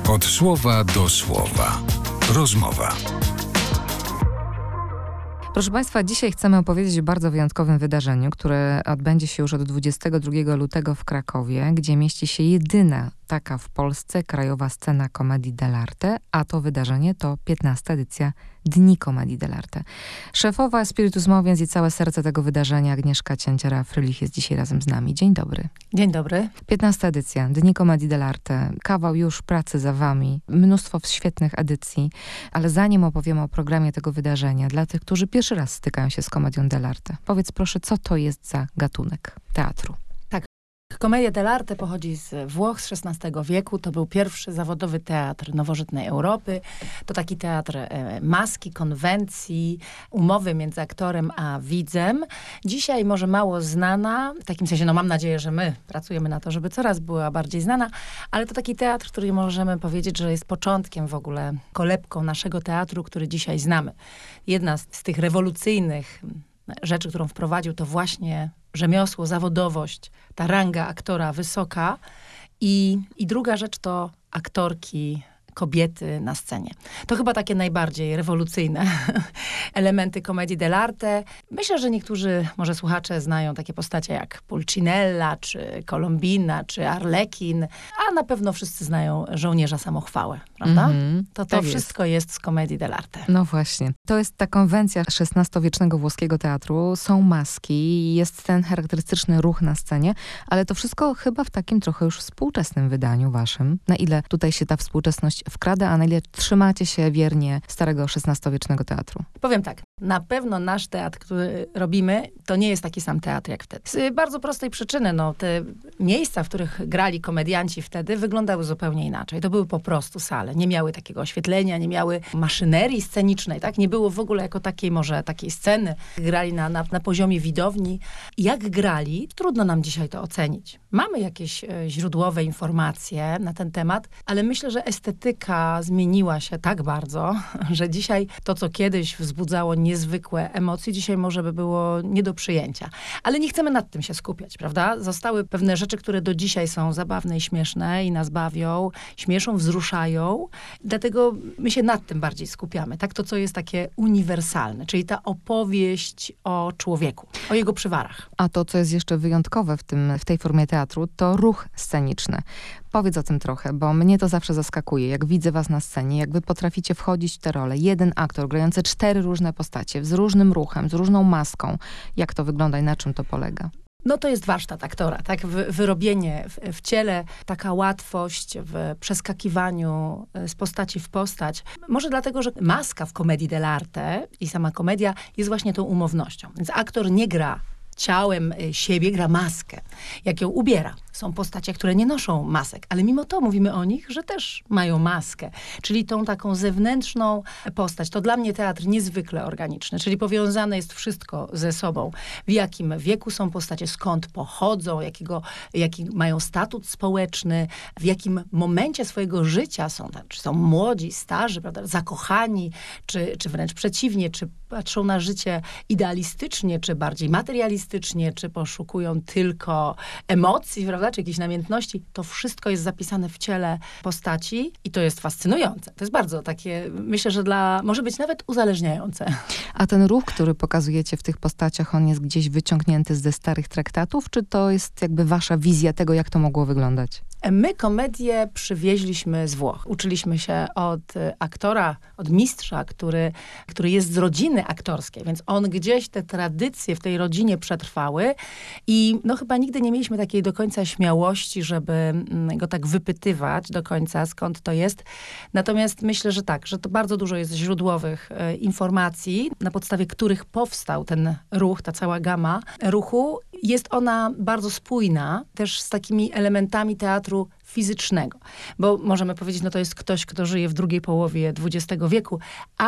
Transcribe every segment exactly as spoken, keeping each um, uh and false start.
Od słowa do słowa. Rozmowa. Proszę Państwa, dzisiaj chcemy opowiedzieć o bardzo wyjątkowym wydarzeniu, które odbędzie się już od dwudziestego drugiego lutego w Krakowie, gdzie mieści się jedyna taka w Polsce krajowa scena Comedii dell'arte, a to wydarzenie to piętnasta edycja Dni Comedii dell'arte. Szefowa Spiritus Movens i całe serce tego wydarzenia, Agnieszka Cięciara-Frylich, jest dzisiaj razem z nami. Dzień dobry. Dzień dobry. piętnasta edycja Dni Comedii dell'arte. Kawał już pracy za wami, mnóstwo świetnych edycji, ale zanim opowiemy o programie tego wydarzenia, dla tych, którzy pierwszy raz stykają się z komedią dell'arte, powiedz proszę, co to jest za gatunek teatru? Commedia dell'arte pochodzi z Włoch, z szesnastego wieku. To był pierwszy zawodowy teatr nowożytnej Europy. To taki teatr e, maski, konwencji, umowy między aktorem a widzem. Dzisiaj może mało znana, w takim sensie, no mam nadzieję, że my pracujemy na to, żeby coraz była bardziej znana, ale to taki teatr, który możemy powiedzieć, że jest początkiem w ogóle, kolebką naszego teatru, który dzisiaj znamy. Jedna z, z tych rewolucyjnych rzeczy, którą wprowadził, to właśnie rzemiosło, zawodowość, ta ranga aktora wysoka. I, i druga rzecz to aktorki, kobiety na scenie. To chyba takie najbardziej rewolucyjne elementy Comedii dell'arte. Myślę, że niektórzy, może słuchacze, znają takie postacie jak Pulcinella, czy Colombina, czy Arlekin, a na pewno wszyscy znają żołnierza samochwałę, prawda? Mm-hmm, to to tak wszystko jest. jest z Comedii dell'arte. No właśnie. To jest ta konwencja szesnastowiecznego włoskiego teatru. Są maski, jest ten charakterystyczny ruch na scenie, ale to wszystko chyba w takim trochę już współczesnym wydaniu waszym. Na ile tutaj się ta współczesność wkrada, a na ile trzymacie się wiernie starego szesnastowiecznego teatru? Powiem tak, na pewno nasz teatr, który robimy, to nie jest taki sam teatr jak wtedy. Z bardzo prostej przyczyny, no, te miejsca, w których grali komedianci wtedy, wyglądały zupełnie inaczej. To były po prostu sale. Nie miały takiego oświetlenia, nie miały maszynerii scenicznej, tak? Nie było w ogóle jako takiej, może takiej sceny. Grali na, na, na poziomie widowni. Jak grali, trudno nam dzisiaj to ocenić. Mamy jakieś e, źródłowe informacje na ten temat, ale myślę, że estetyka zmieniła się tak bardzo, że dzisiaj to, co kiedyś wzbudzało niezwykłe emocje, dzisiaj może by było nie do przyjęcia. Ale nie chcemy nad tym się skupiać, prawda? Zostały pewne rzeczy, które do dzisiaj są zabawne i śmieszne i nas bawią, śmieszą, wzruszają. Dlatego my się nad tym bardziej skupiamy. Tak, to, co jest takie uniwersalne, czyli ta opowieść o człowieku, o jego przywarach. A to, co jest jeszcze wyjątkowe w tym, w tej formie teatru, to ruch sceniczny. Powiedz o tym trochę, bo mnie to zawsze zaskakuje, jak widzę was na scenie, jak wy potraficie wchodzić w tę rolę. Jeden aktor grający cztery różne postacie, z różnym ruchem, z różną maską. Jak to wygląda i na czym to polega? No to jest warsztat aktora, tak? Wyrobienie w, w ciele, taka łatwość w przeskakiwaniu z postaci w postać. Może dlatego, że maska w Comedii dell'arte i sama komedia jest właśnie tą umownością. Więc aktor nie gra ciałem siebie, gra maskę, jak ją ubiera. Są postacie, które nie noszą masek, ale mimo to mówimy o nich, że też mają maskę. Czyli tą taką zewnętrzną postać. To dla mnie teatr niezwykle organiczny, czyli powiązane jest wszystko ze sobą. W jakim wieku są postacie, skąd pochodzą, jakiego, jaki mają statut społeczny, w jakim momencie swojego życia są, czy są młodzi, starzy, prawda, zakochani, czy, czy wręcz przeciwnie, czy patrzą na życie idealistycznie, czy bardziej materialistycznie, czy poszukują tylko emocji, prawda, czy jakiejś namiętności. To wszystko jest zapisane w ciele postaci i to jest fascynujące. To jest bardzo takie, myślę, że dla, może być nawet uzależniające. A ten ruch, który pokazujecie w tych postaciach, on jest gdzieś wyciągnięty ze starych traktatów, czy to jest jakby wasza wizja tego, jak to mogło wyglądać? My komedię przywieźliśmy z Włoch. Uczyliśmy się od aktora, od mistrza, który, który jest z rodziny aktorskiej, więc on gdzieś te tradycje w tej rodzinie przetrwały i no chyba nigdy nie mieliśmy takiej do końca śmiałości, żeby go tak wypytywać do końca, skąd to jest. Natomiast myślę, że tak, że to bardzo dużo jest źródłowych e, informacji, na podstawie których powstał ten ruch, ta cała gama ruchu. Jest ona bardzo spójna też z takimi elementami teatru fizycznego. Bo możemy powiedzieć, no to jest ktoś, kto żyje w drugiej połowie dwudziestego wieku,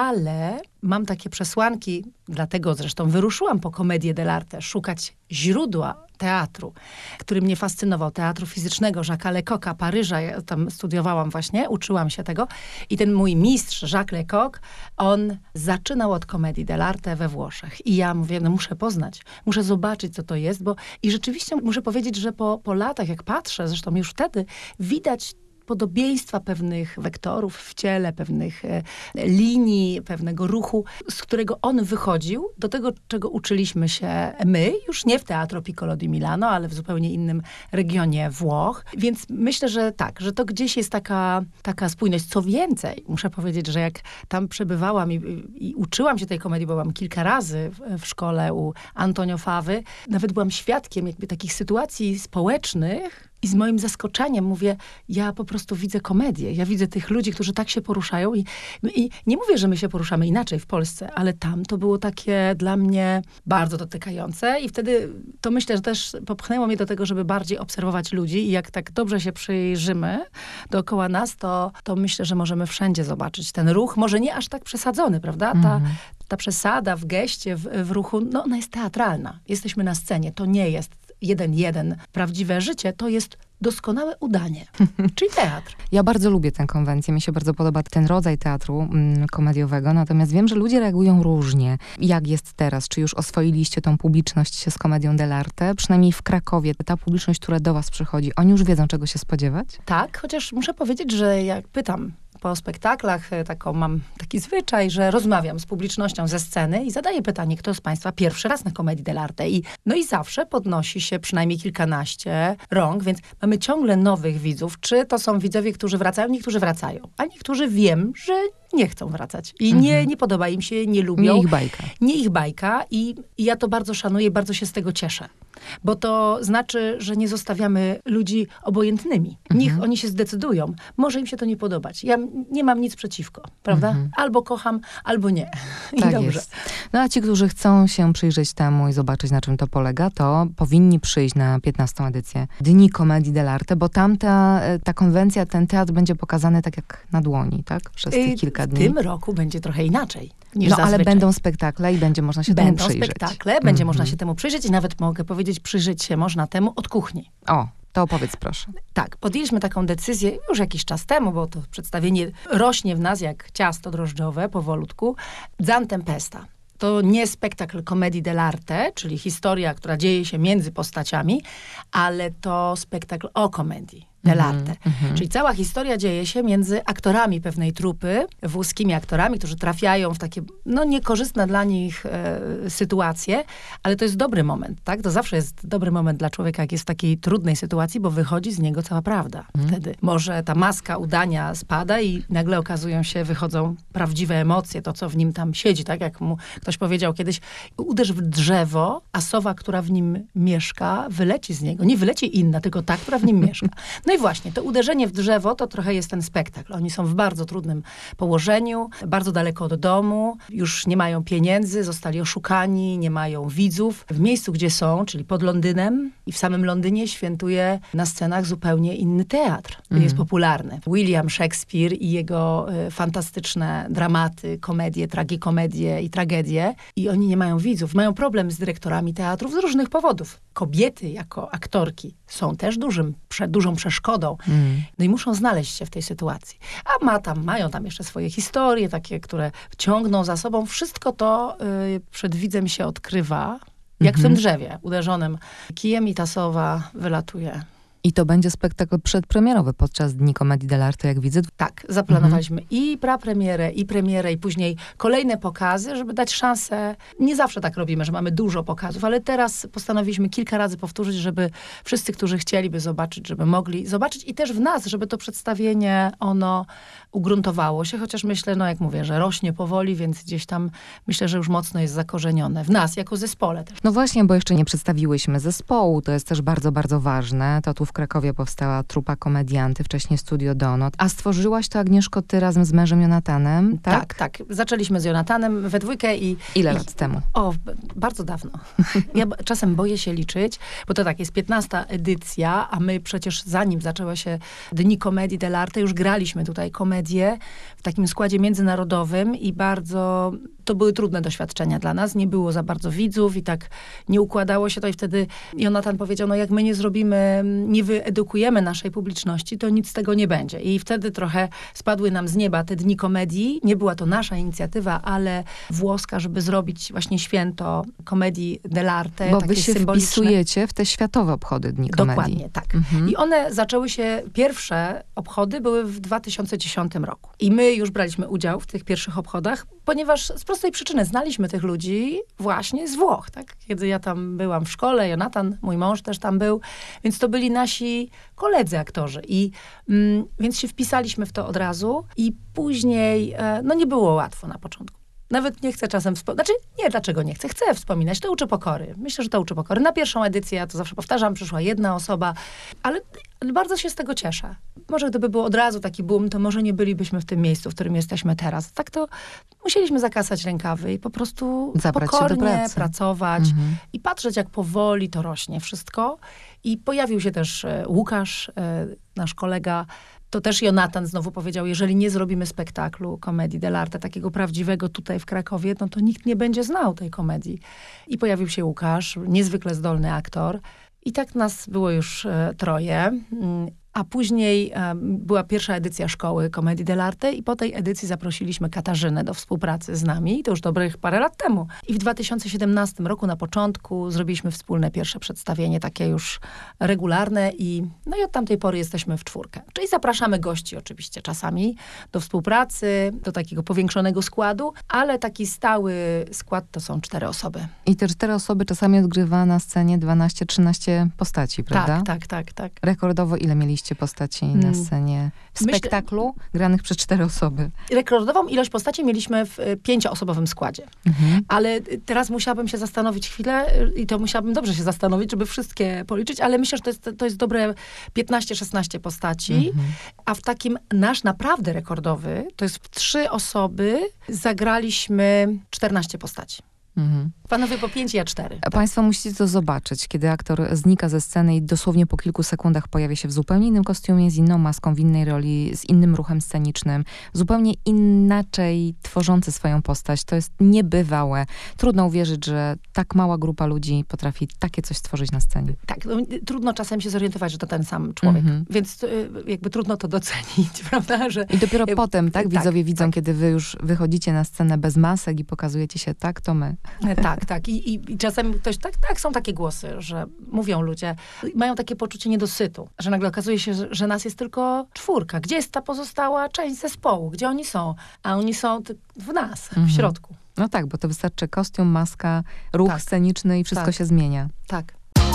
ale mam takie przesłanki, dlatego zresztą wyruszyłam po Comedię dell'arte, szukać źródła teatru, który mnie fascynował, teatru fizycznego Jacques'a Lecoqa, Paryża. Ja tam studiowałam właśnie, uczyłam się tego. I ten mój mistrz, Jacques Lecoq, on zaczynał od Comedii dell'arte we Włoszech. I ja mówię, no muszę poznać, muszę zobaczyć, co to jest, bo i rzeczywiście muszę powiedzieć, że po, po latach, jak patrzę, zresztą już wtedy, widać podobieństwa pewnych wektorów w ciele, pewnych e, linii, pewnego ruchu, z którego on wychodził, do tego, czego uczyliśmy się my, już nie w Teatro Piccolo di Milano, ale w zupełnie innym regionie Włoch. Więc myślę, że tak, że to gdzieś jest taka, taka spójność. Co więcej, muszę powiedzieć, że jak tam przebywałam i, i uczyłam się tej komedii, bo byłam kilka razy w, w szkole u Antonio Fawy, nawet byłam świadkiem jakby takich sytuacji społecznych, i z moim zaskoczeniem mówię, ja po prostu widzę komedię. Ja widzę tych ludzi, którzy tak się poruszają i, i nie mówię, że my się poruszamy inaczej w Polsce, ale tam to było takie dla mnie bardzo dotykające i wtedy to myślę, że też popchnęło mnie do tego, żeby bardziej obserwować ludzi i jak tak dobrze się przyjrzymy dookoła nas, to, to myślę, że możemy wszędzie zobaczyć ten ruch. Może nie aż tak przesadzony, prawda? Ta, Mhm. ta przesada w geście, w, w ruchu, no ona jest teatralna. Jesteśmy na scenie. To nie jest jeden jeden prawdziwe życie, to jest doskonałe udanie, czyli teatr. Ja bardzo lubię tę konwencję, mi się bardzo podoba ten rodzaj teatru mm, komediowego, natomiast wiem, że ludzie reagują różnie. Jak jest teraz? Czy już oswoiliście tą publiczność z komedią dell'arte? Przynajmniej w Krakowie, ta publiczność, która do was przychodzi, oni już wiedzą, czego się spodziewać? Tak, chociaż muszę powiedzieć, że jak pytam po spektaklach, taką mam taki zwyczaj, że rozmawiam z publicznością ze sceny i zadaję pytanie, kto z państwa pierwszy raz na komedii dell'arte. I, no i zawsze podnosi się przynajmniej kilkanaście rąk, więc mamy ciągle nowych widzów. Czy to są widzowie, którzy wracają? Niektórzy wracają, a niektórzy wiem, że nie chcą wracać. I Mhm. nie, nie podoba im się, nie lubią. Nie ich bajka. Nie ich bajka i, i ja to bardzo szanuję, bardzo się z tego cieszę. Bo to znaczy, że nie zostawiamy ludzi obojętnymi. Niech Mhm. oni się zdecydują. Może im się to nie podobać. Ja nie mam nic przeciwko, prawda? Mhm. Albo kocham, albo nie. I Tak dobrze. jest. No a ci, którzy chcą się przyjrzeć temu i zobaczyć, na czym to polega, to powinni przyjść na piętnastą edycję Dni Komedii dell'arte, bo tam ta, ta konwencja, ten teatr będzie pokazany tak jak na dłoni, tak? Przez tych Y, kilka W dni. tym roku będzie trochę inaczej niż No zazwyczaj. ale będą spektakle i będzie można się temu Będą przyjrzeć. spektakle, będzie Mhm. można się temu przyjrzeć i nawet mogę powiedzieć, przyjrzeć się można temu od kuchni. O, to opowiedz proszę. Tak, podjęliśmy taką decyzję już jakiś czas temu, bo to przedstawienie rośnie w nas jak ciasto drożdżowe powolutku. Zantempesta. To nie spektakl komedii dell'arte, czyli historia, która dzieje się między postaciami, ale to spektakl o komedii dell'arte. Mhm. Czyli cała historia dzieje się między aktorami pewnej trupy, włoskimi aktorami, którzy trafiają w takie, no niekorzystne dla nich e, sytuacje, ale to jest dobry moment, tak? To zawsze jest dobry moment dla człowieka, jak jest w takiej trudnej sytuacji, bo wychodzi z niego cała prawda. Mhm. Wtedy może ta maska udania spada i nagle okazują się, wychodzą prawdziwe emocje, to co w nim tam siedzi, tak? Jak mu ktoś powiedział kiedyś, uderz w drzewo, a sowa, która w nim mieszka, wyleci z niego. Nie wyleci inna, tylko ta, która w nim mieszka. No i właśnie, to uderzenie w drzewo to trochę jest ten spektakl. Oni są w bardzo trudnym położeniu, bardzo daleko od domu, już nie mają pieniędzy, zostali oszukani, nie mają widzów. W miejscu, gdzie są, czyli pod Londynem i w samym Londynie świętuje na scenach zupełnie inny teatr. Mhm. Jest popularny. William Shakespeare i jego y, fantastyczne dramaty, komedie, tragikomedie i tragedie. I oni nie mają widzów. Mają problem z dyrektorami teatrów z różnych powodów. Kobiety jako aktorki są też dużym, prze, dużą przeszkodą. Mm. No i muszą znaleźć się w tej sytuacji. A ma tam, mają tam jeszcze swoje historie, takie, które ciągną za sobą. Wszystko to y, przed widzem się odkrywa, jak w tym drzewie uderzonym kijem i ta sowa wylatuje. I to będzie spektakl przedpremierowy podczas Dni Komedii dell'arte, jak widzę. Tak, zaplanowaliśmy i prapremierę, i premierę, i później kolejne pokazy, żeby dać szansę. Nie zawsze tak robimy, że mamy dużo pokazów, ale teraz postanowiliśmy kilka razy powtórzyć, żeby wszyscy, którzy chcieliby zobaczyć, żeby mogli zobaczyć i też w nas, żeby to przedstawienie, ono ugruntowało się, chociaż myślę, no jak mówię, że rośnie powoli, więc gdzieś tam myślę, że już mocno jest zakorzenione. W nas, jako zespole też. No właśnie, bo jeszcze nie przedstawiłyśmy zespołu, to jest też bardzo, bardzo ważne. To tu w Krakowie powstała trupa komedianty, wcześniej Studio Donut. A stworzyłaś to, Agnieszko, ty razem z mężem Jonatanem, tak? Tak, tak. Zaczęliśmy z Jonatanem we dwójkę i... Ile i, lat temu? O, b- bardzo dawno. Ja b- czasem boję się liczyć, bo to tak, jest piętnasta edycja, a my przecież zanim zaczęły się Dni Komedii dell'arte, już graliśmy tutaj komedię w takim składzie międzynarodowym i bardzo... To były trudne doświadczenia dla nas. Nie było za bardzo widzów i tak nie układało się to i wtedy Jonatan powiedział, no jak my nie zrobimy, nie nie wyedukujemy naszej publiczności, to nic z tego nie będzie. I wtedy trochę spadły nam z nieba te dni komedii. Nie była to nasza inicjatywa, ale włoska, żeby zrobić właśnie święto komedii dell'arte. Bo takie wy się symboliczne. wpisujecie w te światowe obchody Dni Komedii. Dokładnie, tak. Mhm. I one zaczęły się, pierwsze obchody były w dwa tysiące dziesiątym roku. I my już braliśmy udział w tych pierwszych obchodach, ponieważ z prostej przyczyny znaliśmy tych ludzi właśnie z Włoch, tak? Kiedy ja tam byłam w szkole, Jonatan, mój mąż też tam był, więc to byli nasi koledzy aktorzy. I mm, więc się wpisaliśmy w to od razu i później, e, no nie było łatwo na początku. Nawet nie chcę czasem wspominać. Znaczy, nie, dlaczego nie chcę? Chcę wspominać. To uczy pokory. Myślę, że to uczy pokory. Na pierwszą edycję, ja to zawsze powtarzam, przyszła jedna osoba, ale, ale bardzo się z tego cieszę. Może gdyby był od razu taki boom, to może nie bylibyśmy w tym miejscu, w którym jesteśmy teraz. Tak to musieliśmy zakasać rękawy i po prostu Zabrać się do pokornie pracy. pracować Mhm. i patrzeć, jak powoli to rośnie wszystko. I pojawił się też e, Łukasz, e, nasz kolega. To też Jonatan znowu powiedział, jeżeli nie zrobimy spektaklu komedii dell'arte, takiego prawdziwego tutaj w Krakowie, no to nikt nie będzie znał tej komedii. I pojawił się Łukasz, niezwykle zdolny aktor. I tak nas było już e, troje. Mm, A później e, była pierwsza edycja szkoły komedii dell'arte i po tej edycji zaprosiliśmy Katarzynę do współpracy z nami. To już dobrych parę lat temu. I w dwa tysiące siedemnastym roku na początku zrobiliśmy wspólne pierwsze przedstawienie, takie już regularne i no i od tamtej pory jesteśmy w czwórkę. Czyli zapraszamy gości oczywiście czasami do współpracy, do takiego powiększonego składu, ale taki stały skład to są cztery osoby. I te cztery osoby czasami odgrywa na scenie dwanaście trzynaście postaci, prawda? Tak, tak, tak, tak. Rekordowo ile mieliście postaci na Hmm. scenie w Myślę- spektaklu granych przez cztery osoby? Rekordową ilość postaci mieliśmy w e, pięcioosobowym składzie. Mhm. Ale y, teraz musiałabym się zastanowić chwilę y, i to musiałabym dobrze się zastanowić, żeby wszystkie policzyć, ale myślę, że to jest, to jest dobre piętnaście szesnaście postaci, Mhm. a w takim nasz naprawdę rekordowy, to jest w trzy osoby, zagraliśmy czternaście postaci. Mhm. Panowie po pięć, ja cztery. A Państwo musicie to zobaczyć, kiedy aktor znika ze sceny i dosłownie po kilku sekundach pojawia się w zupełnie innym kostiumie, z inną maską, w innej roli, z innym ruchem scenicznym, zupełnie inaczej tworzący swoją postać. To jest niebywałe. Trudno uwierzyć, że tak mała grupa ludzi potrafi takie coś stworzyć na scenie. Tak, no, y, trudno czasem się zorientować, że to ten sam człowiek, Mhm. więc y, jakby trudno to docenić, prawda, że I dopiero Ja- potem, tak, tak, widzowie widzą, tak. kiedy wy już wychodzicie na scenę bez masek i pokazujecie się tak, to my. Tak, tak. I, i, I czasem ktoś, tak, tak, są takie głosy, że mówią ludzie, mają takie poczucie niedosytu, że nagle okazuje się, że, że nas jest tylko czwórka. Gdzie jest ta pozostała część zespołu? Gdzie oni są? A oni są ty- w nas, Mhm. w środku. No tak, bo to wystarczy kostium, maska, ruch Tak. sceniczny i wszystko Tak. się zmienia. Tak.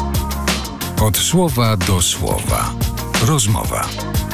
Od słowa do słowa. Rozmowa.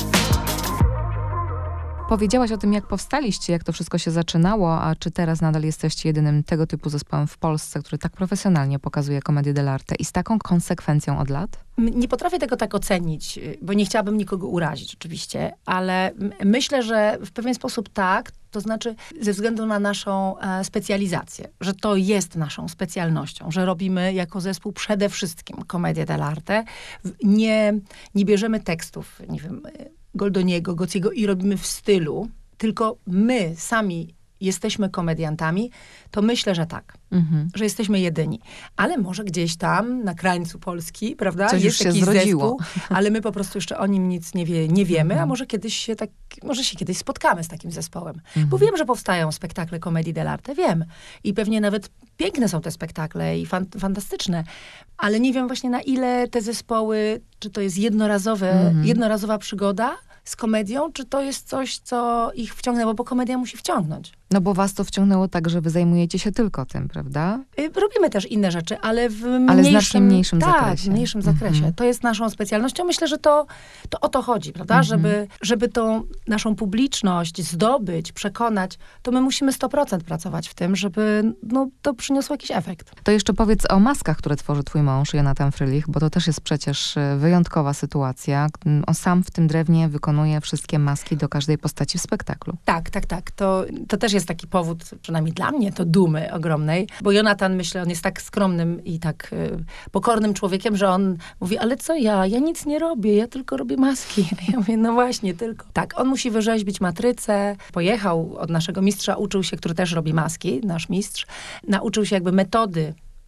Powiedziałaś o tym, jak powstaliście, jak to wszystko się zaczynało, a czy teraz nadal jesteście jedynym tego typu zespołem w Polsce, który tak profesjonalnie pokazuje komedię dell'arte i z taką konsekwencją od lat? M- Nie potrafię tego tak ocenić, y, bo nie chciałabym nikogo urazić oczywiście, ale m- myślę, że w pewien sposób tak, to znaczy ze względu na naszą e, specjalizację, że to jest naszą specjalnością, że robimy jako zespół przede wszystkim komedię dell'arte. W- Nie, nie bierzemy tekstów, nie wiem, y, Goldoniego, Gociego i robimy w stylu, tylko my sami jesteśmy komediantami, to myślę, że tak. Mhm. Że jesteśmy jedyni. Ale może gdzieś tam, na krańcu Polski, prawda, Coś już jest się jakiś zrodziło. zespół, ale my po prostu jeszcze o nim nic nie, wie, nie wiemy, Mhm. a może kiedyś się tak, może się kiedyś spotkamy z takim zespołem. Mhm. Bo wiem, że powstają spektakle komedii dell'arte, wiem. I pewnie nawet piękne są te spektakle i fan, fantastyczne, ale nie wiem właśnie na ile te zespoły, czy to jest jednorazowe, Mhm. jednorazowa przygoda z komedią, czy to jest coś, co ich wciągnęło, bo komedia musi wciągnąć. No bo was to wciągnęło tak, że wy zajmujecie się tylko tym, prawda? Y, Robimy też inne rzeczy, ale w Ale mniejszym, znacznie mniejszym tak, zakresie. w mniejszym Mhm. zakresie. To jest naszą specjalnością. Myślę, że to, to o to chodzi, prawda? Mhm. Żeby, żeby tą naszą publiczność zdobyć, przekonać, to my musimy sto procent pracować w tym, żeby no, to przyniosło jakiś efekt. To jeszcze powiedz o maskach, które tworzy twój mąż, Jonatan Frylich, bo to też jest przecież e, wyjątkowa sytuacja. On sam w tym drewnie wykonuje wszystkie maski do każdej postaci w spektaklu. Tak, tak, tak. To, to też jest taki powód, przynajmniej dla mnie, to dumy ogromnej, bo Jonatan, myślę, on jest tak skromnym i tak y, pokornym człowiekiem, że on mówi, ale co ja? Ja nic nie robię, ja tylko robię maski. A ja mówię, no właśnie, tylko. Tak, on musi wyrzeźbić matrycę, pojechał od naszego mistrza, uczył się, który też robi maski, nasz mistrz, nauczył się jakby metody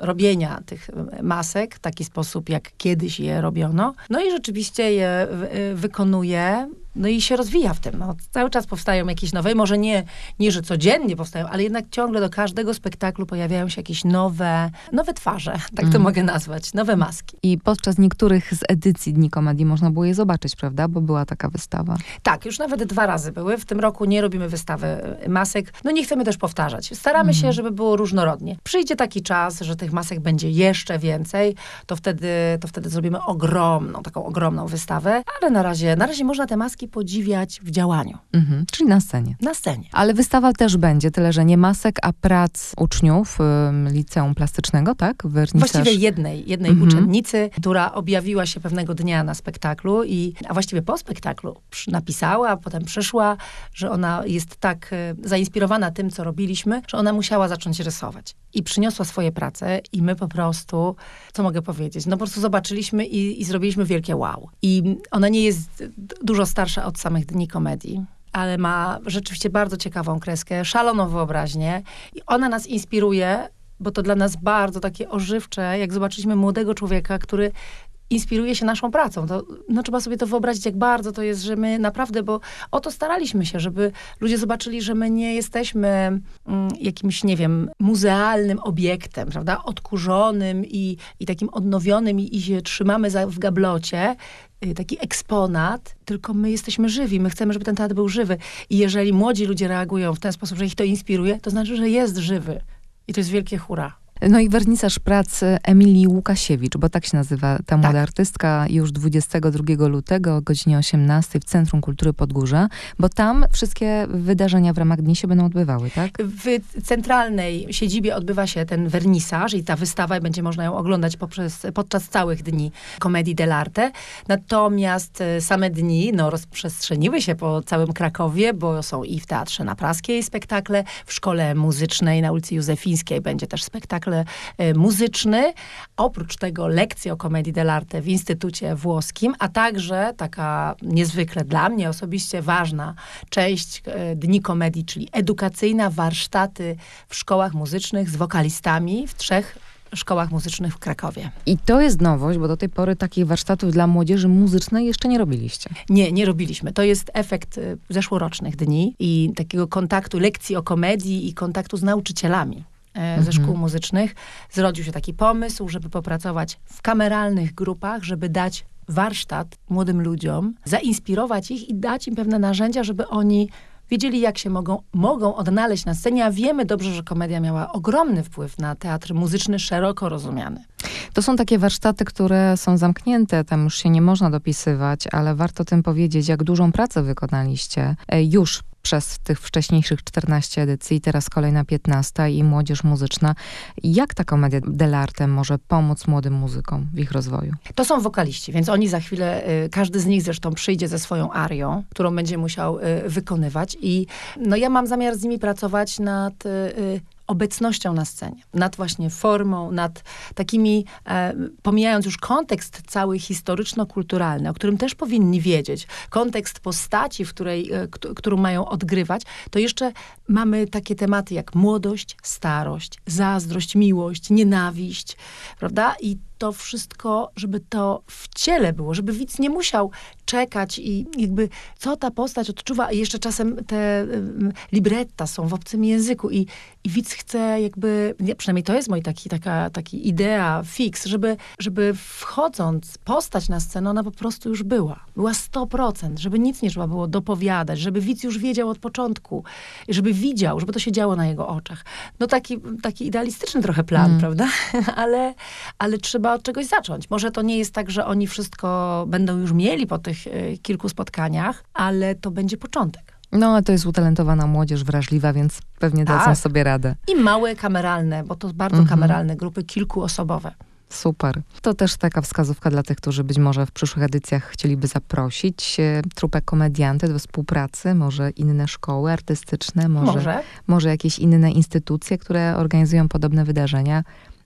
robienia tych masek w taki sposób, jak kiedyś je robiono. No i rzeczywiście je y, wykonuje. No i się rozwija w tym. No, cały czas powstają jakieś nowe, może nie, nie, że codziennie powstają, ale jednak ciągle do każdego spektaklu pojawiają się jakieś nowe, nowe twarze, tak to Mhm. mogę nazwać, nowe maski. I podczas niektórych z edycji Dni Komedii można było je zobaczyć, prawda? Bo była taka wystawa. Tak, już nawet dwa razy były. W tym roku nie robimy wystawy masek. No nie chcemy też powtarzać. Staramy się, żeby było różnorodnie. Przyjdzie taki czas, że tych masek będzie jeszcze więcej, to wtedy, to wtedy zrobimy ogromną, taką ogromną wystawę, ale na razie, na razie można te maski podziwiać w działaniu, Mhm. Czyli na scenie. na scenie. Ale wystawa też będzie, tyle że nie masek, a prac uczniów ym, liceum plastycznego, tak? Wernisaż. Właściwie jednej, jednej Mhm. uczennicy, która objawiła się pewnego dnia na spektaklu, i, a właściwie po spektaklu przy, napisała, a potem przyszła, że ona jest tak e, zainspirowana tym, co robiliśmy, że ona musiała zacząć rysować. I przyniosła swoje prace i my po prostu, co mogę powiedzieć, no po prostu zobaczyliśmy i, i zrobiliśmy wielkie wow. I ona nie jest d- dużo starsza od samych Dni Komedii, ale ma rzeczywiście bardzo ciekawą kreskę, szaloną wyobraźnię i ona nas inspiruje, bo to dla nas bardzo takie ożywcze, jak zobaczyliśmy młodego człowieka, który inspiruje się naszą pracą. To, no trzeba sobie to wyobrazić, jak bardzo to jest, że my naprawdę, bo o to staraliśmy się, żeby ludzie zobaczyli, że my nie jesteśmy mm, jakimś, nie wiem, muzealnym obiektem, prawda, odkurzonym i, i takim odnowionym i, i się trzymamy za, w gablocie, y, taki eksponat, tylko my jesteśmy żywi, my chcemy, żeby ten teatr był żywy. I jeżeli młodzi ludzie reagują w ten sposób, że ich to inspiruje, to znaczy, że jest żywy. I to jest wielkie hurra. No i wernisaż pracy Emilii Łukasiewicz, bo tak się nazywa ta młoda Tak. artystka, już dwudziestego drugiego lutego o godzinie osiemnastej w Centrum Kultury Podgórze, bo tam wszystkie wydarzenia w ramach dni się będą odbywały, tak? W centralnej siedzibie odbywa się ten wernisaż i ta wystawa, i będzie można ją oglądać poprzez, podczas całych dni Comedii dell'arte. Natomiast e, same dni no, rozprzestrzeniły się po całym Krakowie, bo są i w Teatrze na Praskiej spektakle, w Szkole Muzycznej na ulicy Józefińskiej będzie też spektakl e, muzyczny. Oprócz tego lekcje o Comedii dell'arte w Instytucie Włoskim, a także taka niezwykle dla mnie osobiście ważna część e, Dni Komedii, czyli edukacyjna, warsztaty w szkołach muzycznych z wokalistami w trzech szkołach muzycznych w Krakowie. I to jest nowość, bo do tej pory takich warsztatów dla młodzieży muzycznej jeszcze nie robiliście. Nie, nie robiliśmy. To jest efekt y, zeszłorocznych dni i takiego kontaktu, lekcji o komedii i kontaktu z nauczycielami e, ze szkół muzycznych. Zrodził się taki pomysł, żeby popracować w kameralnych grupach, żeby dać warsztat młodym ludziom, zainspirować ich i dać im pewne narzędzia, żeby oni wiedzieli, jak się mogą, mogą odnaleźć na scenie, a wiemy dobrze, że komedia miała ogromny wpływ na teatr muzyczny szeroko rozumiany. To są takie warsztaty, które są zamknięte, tam już się nie można dopisywać, ale warto tym powiedzieć, jak dużą pracę wykonaliście e, już przez tych wcześniejszych czternaście edycji, teraz kolejna piętnasta i młodzież muzyczna. Jak ta Commedia dell'arte może pomóc młodym muzykom w ich rozwoju? To są wokaliści, więc oni za chwilę, y, każdy z nich zresztą przyjdzie ze swoją arią, którą będzie musiał y, wykonywać i no ja mam zamiar z nimi pracować nad y, obecnością na scenie, nad właśnie formą, nad takimi, e, pomijając już kontekst cały historyczno-kulturalny, o którym też powinni wiedzieć, kontekst postaci, w której, e, k- którą mają odgrywać, to jeszcze mamy takie tematy jak młodość, starość, zazdrość, miłość, nienawiść, prawda? I to wszystko, żeby to w ciele było, żeby widz nie musiał czekać i jakby co ta postać odczuwa, i jeszcze czasem te um, libretta są w obcym języku i, i widz chce jakby, nie, przynajmniej to jest mój taki, taka taki idea fix, żeby, żeby wchodząc postać na scenę, ona po prostu już była. Była sto procent, żeby nic nie trzeba było dopowiadać, żeby widz już wiedział od początku, żeby widział, żeby to się działo na jego oczach. No taki, taki idealistyczny trochę plan, Mm. prawda? ale, ale trzeba od czegoś zacząć. Może to nie jest tak, że oni wszystko będą już mieli po tych y, kilku spotkaniach, ale to będzie początek. No, ale to jest utalentowana młodzież, wrażliwa, więc pewnie dadzą Tak. sobie radę. I małe kameralne, bo to bardzo Mhm. kameralne grupy, kilkuosobowe. Super. To też taka wskazówka dla tych, którzy być może w przyszłych edycjach chcieliby zaprosić e, trupę komedianty do współpracy, może inne szkoły artystyczne, może, Może. może jakieś inne instytucje, które organizują podobne wydarzenia.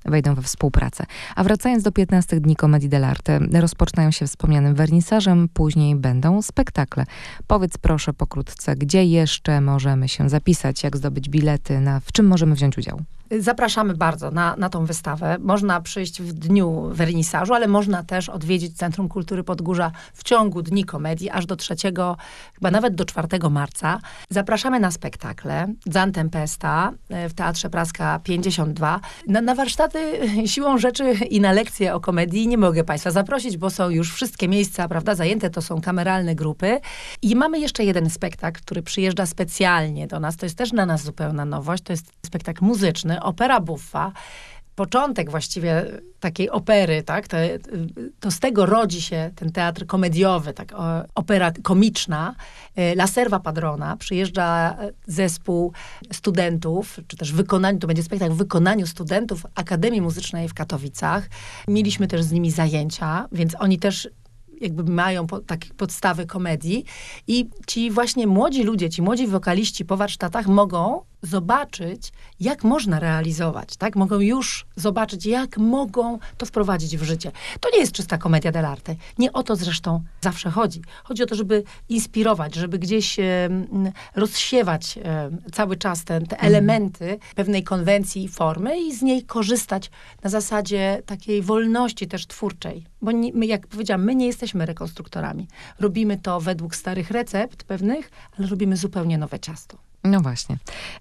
wejdą we współpracę. A wracając do piętnastych dni Comedii dell'arte, rozpoczynają się wspomnianym wernisażem, później będą spektakle. Powiedz proszę pokrótce, gdzie jeszcze możemy się zapisać, jak zdobyć bilety, na, w czym możemy wziąć udział? Zapraszamy bardzo na, na tą wystawę. Można przyjść w dniu wernisażu, ale można też odwiedzić Centrum Kultury Podgórza w ciągu Dni Komedii, aż do trzeciego, chyba nawet do czwartego marca. Zapraszamy na spektakle Zan Tempesta w Teatrze Praska pięćdziesiąt dwa. Na, na warsztaty siłą rzeczy i na lekcje o komedii nie mogę Państwa zaprosić, bo są już wszystkie miejsca, prawda, zajęte. To są kameralne grupy. I mamy jeszcze jeden spektakl, który przyjeżdża specjalnie do nas. To jest też dla nas zupełna nowość. To jest spektakl muzyczny, opera buffa. Początek właściwie takiej opery, tak? To, to z tego rodzi się ten teatr komediowy, tak? O, opera komiczna. La Serva Padrona. Przyjeżdża zespół studentów, czy też wykonaniu, to będzie spektakl w wykonaniu studentów Akademii Muzycznej w Katowicach. Mieliśmy też z nimi zajęcia, więc oni też jakby mają po, takie podstawy komedii i ci właśnie młodzi ludzie, ci młodzi wokaliści po warsztatach mogą zobaczyć, jak można realizować, tak? Mogą już zobaczyć, jak mogą to wprowadzić w życie. To nie jest czysta Commedia dell'arte. Nie o to zresztą zawsze chodzi. Chodzi o to, żeby inspirować, żeby gdzieś e, rozsiewać e, cały czas te, te elementy pewnej konwencji i formy i z niej korzystać na zasadzie takiej wolności też twórczej. Bo nie, my, jak powiedziałam, my nie jesteśmy rekonstruktorami. Robimy to według starych recept pewnych, ale robimy zupełnie nowe ciasto. No właśnie.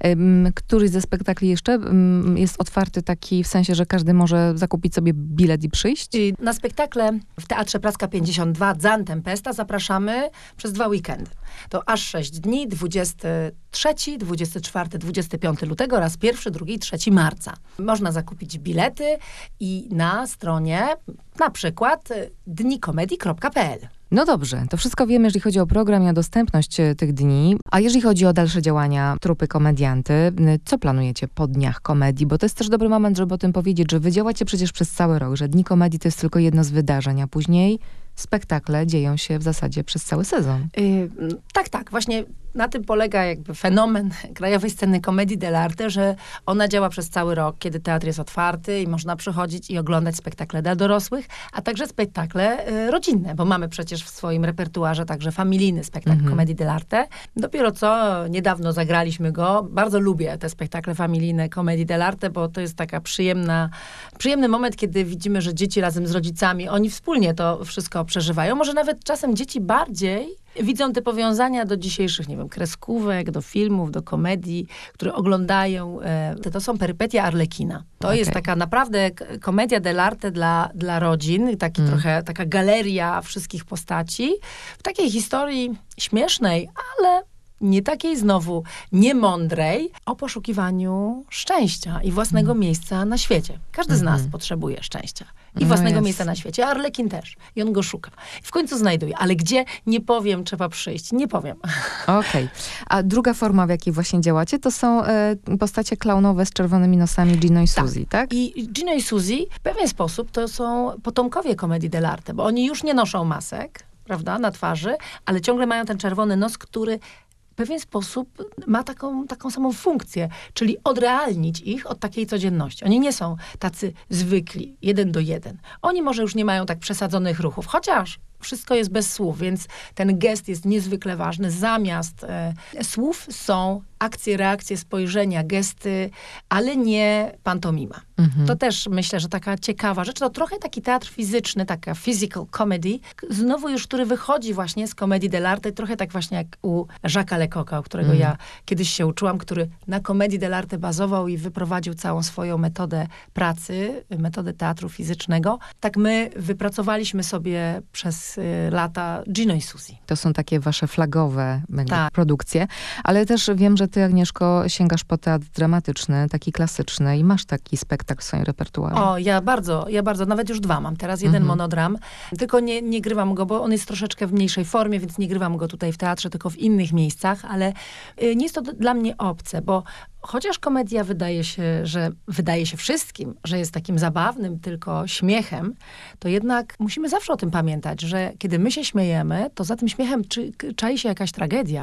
Któryś ze spektakli jeszcze jest otwarty taki w sensie, że każdy może zakupić sobie bilet i przyjść? Na spektakle w Teatrze Praska pięćdziesiąt dwa Zan Tempesta zapraszamy przez dwa weekendy. To aż sześć dni, dwudziesty trzeci, dwudziesty czwarty, dwudziesty piąty lutego oraz pierwszy, drugi i trzeci marca. Można zakupić bilety i na stronie na przykład dni komedii kropka p l. No dobrze, to wszystko wiemy, jeżeli chodzi o program i o dostępność tych dni. A jeżeli chodzi o dalsze działania trupy Komedianty, co planujecie po Dniach Komedii? Bo to jest też dobry moment, żeby o tym powiedzieć, że wy działacie przecież przez cały rok, że Dni Komedii to jest tylko jedno z wydarzeń, a później spektakle dzieją się w zasadzie przez cały sezon. Yy, tak, tak. Właśnie na tym polega jakby fenomen krajowej sceny Comedii dell'arte, że ona działa przez cały rok, kiedy teatr jest otwarty i można przychodzić i oglądać spektakle dla dorosłych, a także spektakle y, rodzinne, bo mamy przecież w swoim repertuarze także familijny spektakl mhm. Comedii dell'arte. Dopiero co niedawno zagraliśmy go. Bardzo lubię te spektakle familijne Comedii dell'arte, bo to jest taka przyjemna, przyjemny moment, kiedy widzimy, że dzieci razem z rodzicami, oni wspólnie to wszystko przeżywają. Może nawet czasem dzieci bardziej widzą te powiązania do dzisiejszych, nie wiem, kreskówek, do filmów, do komedii, które oglądają. E, to są perypetia Arlekina. To okay. jest taka naprawdę Commedia dell'arte dla, dla rodzin, taki mm. trochę taka galeria wszystkich postaci. W takiej historii śmiesznej, ale nie takiej znowu niemądrej, o poszukiwaniu szczęścia i własnego mm. miejsca na świecie. Każdy mm-hmm. z nas potrzebuje szczęścia. I no własnego jest. miejsca na świecie. A Arlekin też. I on go szuka. I w końcu znajduje. Ale gdzie? Nie powiem, trzeba przyjść. Nie powiem. Okej. Okay. A druga forma, w jakiej właśnie działacie, to są e, postacie klaunowe z czerwonymi nosami Gino i Suzy, tak? tak? I Gino i Suzy w pewien sposób to są potomkowie Comedii dell'arte, bo oni już nie noszą masek, prawda, na twarzy, ale ciągle mają ten czerwony nos, który w pewien sposób ma taką, taką samą funkcję, czyli odrealnić ich od takiej codzienności. Oni nie są tacy zwykli, jeden do jeden. Oni może już nie mają tak przesadzonych ruchów, chociaż wszystko jest bez słów, więc ten gest jest niezwykle ważny. Zamiast e, słów są akcje, reakcje, spojrzenia, gesty, ale nie pantomima. Mhm. To też myślę, że taka ciekawa rzecz. To trochę taki teatr fizyczny, taka physical comedy, znowu już, który wychodzi właśnie z Comedii dell'arte, trochę tak właśnie jak u Jacques'a Lecoqa, u którego mhm. ja kiedyś się uczyłam, który na Comedii dell'arte bazował i wyprowadził całą swoją metodę pracy, metodę teatru fizycznego. Tak my wypracowaliśmy sobie przez lata Gino i Suzy. To są takie wasze flagowe tak. produkcje, ale też wiem, że ty, Agnieszko, sięgasz po teatr dramatyczny, taki klasyczny i masz taki spektakl w swoim repertuarze. O, ja bardzo, ja bardzo, nawet już dwa mam. Teraz jeden mhm. monodram, tylko nie, nie grywam go, bo on jest troszeczkę w mniejszej formie, więc nie grywam go tutaj w teatrze, tylko w innych miejscach, ale y, nie jest to d- dla mnie obce, bo chociaż komedia wydaje się, że wydaje się wszystkim, że jest takim zabawnym tylko śmiechem, to jednak musimy zawsze o tym pamiętać, że kiedy my się śmiejemy, to za tym śmiechem czy, czai się jakaś tragedia.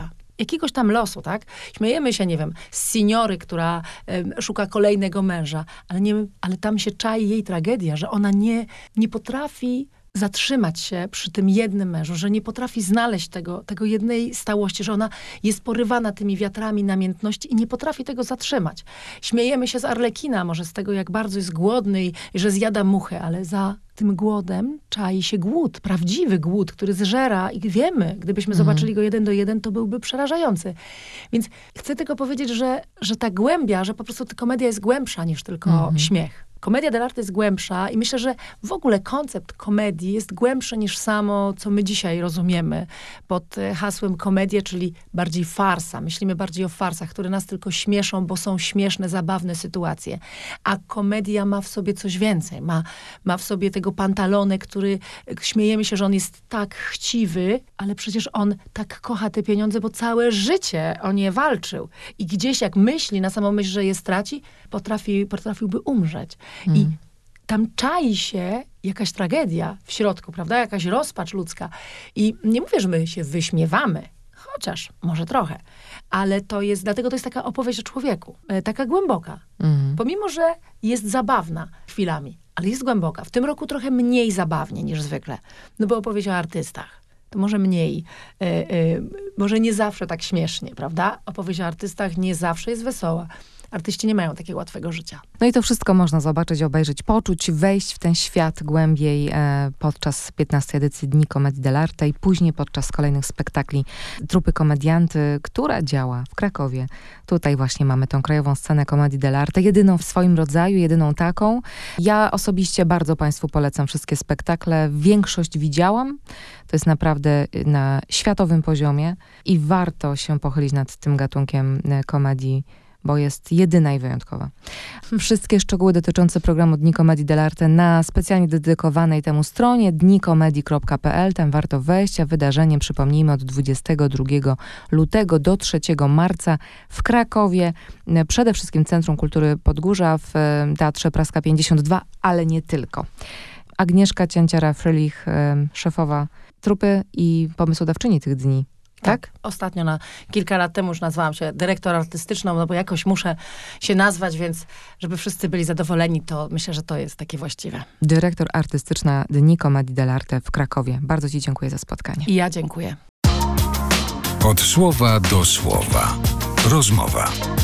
jakiegoś tam losu, tak? Śmiejemy się, nie wiem, z seniory, która y, szuka kolejnego męża, ale, nie, ale tam się czai jej tragedia, że ona nie, nie potrafi zatrzymać się przy tym jednym mężu, że nie potrafi znaleźć tego, tego jednej stałości, że ona jest porywana tymi wiatrami namiętności i nie potrafi tego zatrzymać. Śmiejemy się z Arlekina, może z tego, jak bardzo jest głodny i, i że zjada muchę, ale za tym głodem czai się głód, prawdziwy głód, który zżera i wiemy, gdybyśmy mhm. zobaczyli go jeden do jeden, to byłby przerażający. Więc chcę tylko powiedzieć, że, że ta głębia, że po prostu ta komedia jest głębsza niż tylko mhm. śmiech. Komedia dell'arte jest głębsza i myślę, że w ogóle koncept komedii jest głębszy niż samo, co my dzisiaj rozumiemy pod hasłem komedię, czyli bardziej farsa. Myślimy bardziej o farsach, które nas tylko śmieszą, bo są śmieszne, zabawne sytuacje. A komedia ma w sobie coś więcej. Ma, ma w sobie tego Pantalone, który śmiejemy się, że on jest tak chciwy, ale przecież on tak kocha te pieniądze, bo całe życie o nie walczył. I gdzieś jak myśli na samą myśl, że je straci, potrafi, potrafiłby umrzeć. I mm. tam czai się jakaś tragedia w środku, prawda? Jakaś rozpacz ludzka. I nie mówię, że my się wyśmiewamy, chociaż może trochę, ale to jest, dlatego to jest taka opowieść o człowieku, taka głęboka. Mm. Pomimo, że jest zabawna chwilami, ale jest głęboka. W tym roku trochę mniej zabawnie niż zwykle, no bo opowieść o artystach. To może mniej, yy, yy, może nie zawsze tak śmiesznie, prawda? Opowieść o artystach nie zawsze jest wesoła. Artyści nie mają takiego łatwego życia. No i to wszystko można zobaczyć, obejrzeć, poczuć, wejść w ten świat głębiej e, podczas piętnastej edycji Dni Comedii dell'arte i później podczas kolejnych spektakli trupy Komedianty, która działa w Krakowie. Tutaj właśnie mamy tą krajową scenę Comedii dell'arte, jedyną w swoim rodzaju, jedyną taką. Ja osobiście bardzo Państwu polecam wszystkie spektakle. Większość widziałam. To jest naprawdę na światowym poziomie i warto się pochylić nad tym gatunkiem komedii, bo jest jedyna i wyjątkowa. Wszystkie szczegóły dotyczące programu Dni Comedii dell'arte na specjalnie dedykowanej temu stronie dni komedii kropka p l. Tam warto wejść, a wydarzenie, przypomnijmy, od dwudziestego drugiego lutego do trzeciego marca w Krakowie. Przede wszystkim Centrum Kultury Podgórza w Teatrze Praska pięćdziesiąt dwa, ale nie tylko. Agnieszka Cięciara-Frylich, szefowa trupy i pomysłodawczyni tych dni. Tak? Tak. Ostatnio, na kilka lat temu już nazwałam się dyrektor artystyczną, no bo jakoś muszę się nazwać, więc żeby wszyscy byli zadowoleni, to myślę, że to jest takie właściwe. Dyrektor artystyczna Dni Comedii dell'arte w Krakowie. Bardzo Ci dziękuję za spotkanie. I ja dziękuję. Od słowa do słowa. Rozmowa.